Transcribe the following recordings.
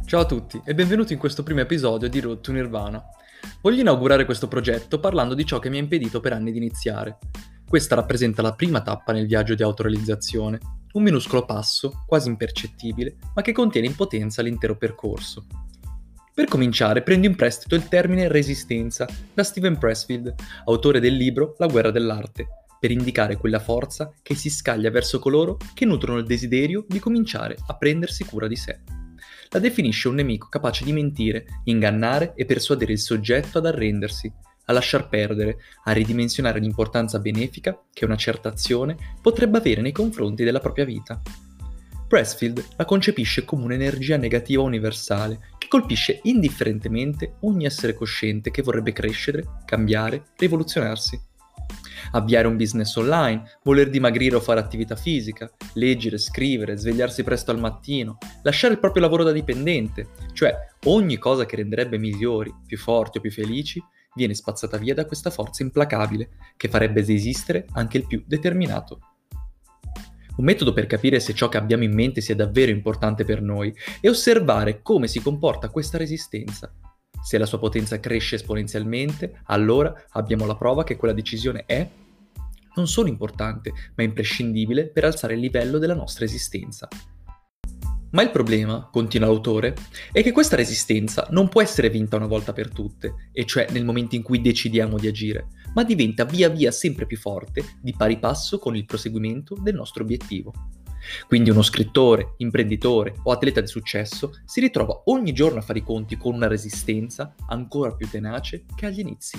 Ciao a tutti e benvenuti in questo primo episodio di Road to Nirvana. Voglio inaugurare questo progetto parlando di ciò che mi ha impedito per anni di iniziare. Questa rappresenta la prima tappa nel viaggio di autorealizzazione, un minuscolo passo, quasi impercettibile, ma che contiene in potenza l'intero percorso. Per cominciare prendo in prestito il termine resistenza da Steven Pressfield, autore del libro La guerra dell'arte, per indicare quella forza che si scaglia verso coloro che nutrono il desiderio di cominciare a prendersi cura di sé. La definisce un nemico capace di mentire, ingannare e persuadere il soggetto ad arrendersi, a lasciar perdere, a ridimensionare l'importanza benefica che una certa azione potrebbe avere nei confronti della propria vita. Pressfield la concepisce come un'energia negativa universale che colpisce indifferentemente ogni essere cosciente che vorrebbe crescere, cambiare, rivoluzionarsi. Avviare un business online, voler dimagrire o fare attività fisica, leggere, scrivere, svegliarsi presto al mattino, lasciare il proprio lavoro da dipendente, cioè ogni cosa che renderebbe migliori, più forti o più felici, viene spazzata via da questa forza implacabile che farebbe desistere anche il più determinato. Un metodo per capire se ciò che abbiamo in mente sia davvero importante per noi è osservare come si comporta questa resistenza. Se la sua potenza cresce esponenzialmente, allora abbiamo la prova che quella decisione è non solo importante, ma imprescindibile per alzare il livello della nostra esistenza. Ma il problema, continua l'autore, è che questa resistenza non può essere vinta una volta per tutte, e cioè nel momento in cui decidiamo di agire, ma diventa via via sempre più forte di pari passo con il proseguimento del nostro obiettivo. Quindi uno scrittore, imprenditore o atleta di successo si ritrova ogni giorno a fare i conti con una resistenza ancora più tenace che agli inizi.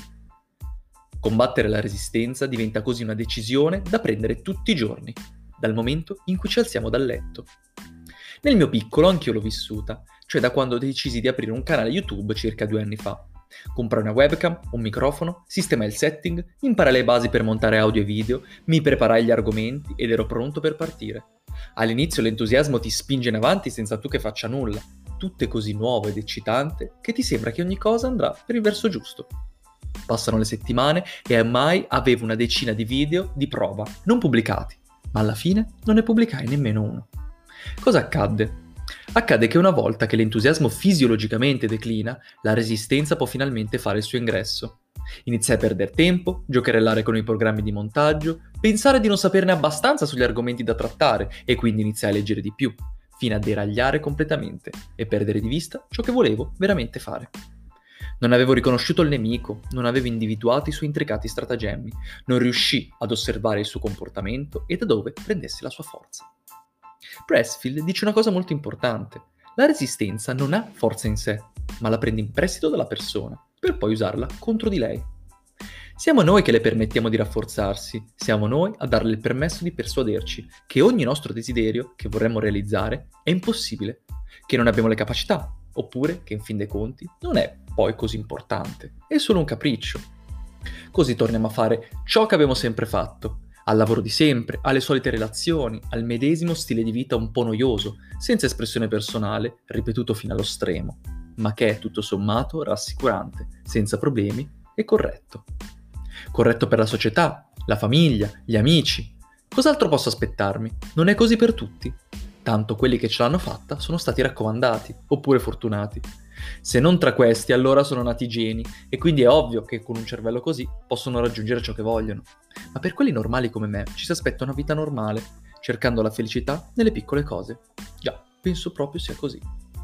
Combattere la resistenza diventa così una decisione da prendere tutti i giorni, dal momento in cui ci alziamo dal letto. Nel mio piccolo anch'io l'ho vissuta, cioè da quando decisi di aprire un canale YouTube circa 2 anni fa. Comprai una webcam, un microfono, sistemai il setting, imparai le basi per montare audio e video, mi preparai gli argomenti ed ero pronto per partire. All'inizio l'entusiasmo ti spinge in avanti senza tu che faccia nulla. Tutto è così nuovo ed eccitante che ti sembra che ogni cosa andrà per il verso giusto. Passano le settimane e ormai avevo una decina di video di prova, non pubblicati, ma alla fine non ne pubblicai nemmeno uno. Cosa accadde? Accade che una volta che l'entusiasmo fisiologicamente declina, la resistenza può finalmente fare il suo ingresso. Iniziai a perdere tempo, giocherellare con i programmi di montaggio, pensare di non saperne abbastanza sugli argomenti da trattare e quindi iniziai a leggere di più, fino a deragliare completamente e perdere di vista ciò che volevo veramente fare. Non avevo riconosciuto il nemico, non avevo individuato i suoi intricati stratagemmi, non riuscii ad osservare il suo comportamento e da dove prendesse la sua forza. Pressfield dice una cosa molto importante. La resistenza non ha forza in sé, ma la prende in prestito dalla persona, per poi usarla contro di lei. Siamo noi che le permettiamo di rafforzarsi, siamo noi a darle il permesso di persuaderci che ogni nostro desiderio che vorremmo realizzare è impossibile, che non abbiamo le capacità, oppure che in fin dei conti non è poi così importante, è solo un capriccio. Così torniamo a fare ciò che abbiamo sempre fatto, al lavoro di sempre, alle solite relazioni, al medesimo stile di vita un po' noioso, senza espressione personale, ripetuto fino allo stremo, ma che è tutto sommato rassicurante, senza problemi e corretto. Corretto per la società, la famiglia, gli amici. Cos'altro posso aspettarmi? Non è così per tutti. Tanto quelli che ce l'hanno fatta sono stati raccomandati, oppure fortunati. Se non tra questi, allora sono nati geni, e quindi è ovvio che con un cervello così possono raggiungere ciò che vogliono. Ma per quelli normali come me ci si aspetta una vita normale, cercando la felicità nelle piccole cose. Già, penso proprio sia così.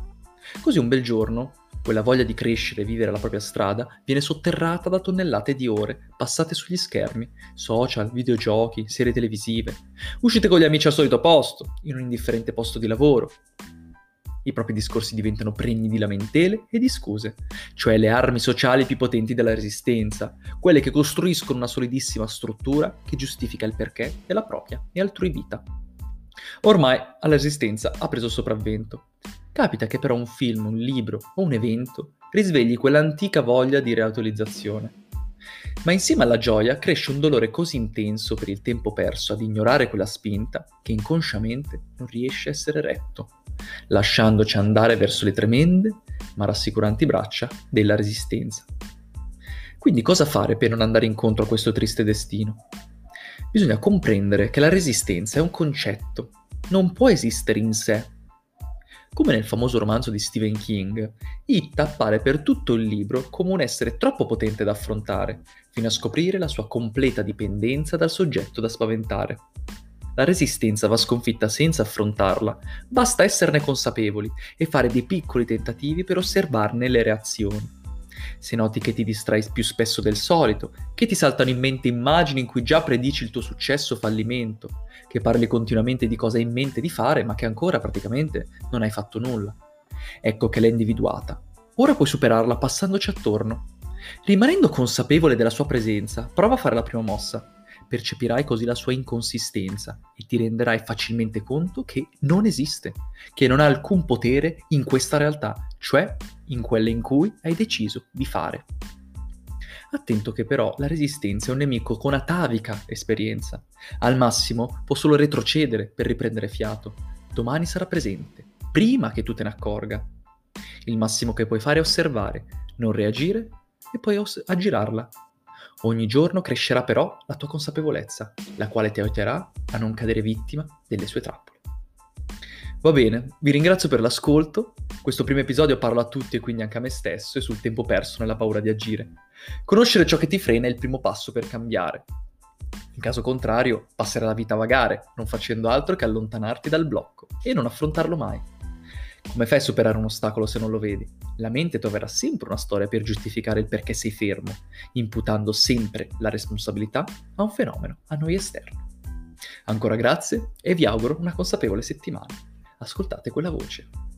Così un bel giorno, quella voglia di crescere e vivere la propria strada viene sotterrata da tonnellate di ore passate sugli schermi, social, videogiochi, serie televisive, uscite con gli amici al solito posto, in un indifferente posto di lavoro. I propri discorsi diventano pregni di lamentele e di scuse, cioè le armi sociali più potenti della resistenza, quelle che costruiscono una solidissima struttura che giustifica il perché della propria e altrui vita. Ormai la resistenza ha preso sopravvento. Capita che però un film, un libro o un evento risvegli quell'antica voglia di reautorizzazione. Ma insieme alla gioia cresce un dolore così intenso per il tempo perso ad ignorare quella spinta che inconsciamente non riesce a essere retto, lasciandoci andare verso le tremende ma rassicuranti braccia della resistenza. Quindi cosa fare per non andare incontro a questo triste destino? Bisogna comprendere che la resistenza è un concetto, non può esistere in sé. Come nel famoso romanzo di Stephen King, It appare per tutto il libro come un essere troppo potente da affrontare, fino a scoprire la sua completa dipendenza dal soggetto da spaventare. La resistenza va sconfitta senza affrontarla, basta esserne consapevoli e fare dei piccoli tentativi per osservarne le reazioni. Se noti che ti distrai più spesso del solito, che ti saltano in mente immagini in cui già predici il tuo successo o fallimento, che parli continuamente di cosa hai in mente di fare ma che ancora praticamente non hai fatto nulla. Ecco che l'hai individuata. Ora puoi superarla passandoci attorno. Rimanendo consapevole della sua presenza, prova a fare la prima mossa. Percepirai così la sua inconsistenza e ti renderai facilmente conto che non esiste, che non ha alcun potere in questa realtà, cioè in quelle in cui hai deciso di fare. Attento che però la resistenza è un nemico con atavica esperienza. Al massimo può solo retrocedere per riprendere fiato. Domani sarà presente, prima che tu te ne accorga. Il massimo che puoi fare è osservare, non reagire e poi aggirarla. Ogni giorno crescerà però la tua consapevolezza, la quale ti aiuterà a non cadere vittima delle sue trappole. Va bene, vi ringrazio per l'ascolto. Questo primo episodio parla a tutti e quindi anche a me stesso e sul tempo perso nella paura di agire. Conoscere ciò che ti frena è il primo passo per cambiare. In caso contrario, passerai la vita a vagare, non facendo altro che allontanarti dal blocco e non affrontarlo mai. Come fai a superare un ostacolo se non lo vedi? La mente troverà sempre una storia per giustificare il perché sei fermo, imputando sempre la responsabilità a un fenomeno a noi esterno. Ancora grazie e vi auguro una consapevole settimana. Ascoltate quella voce.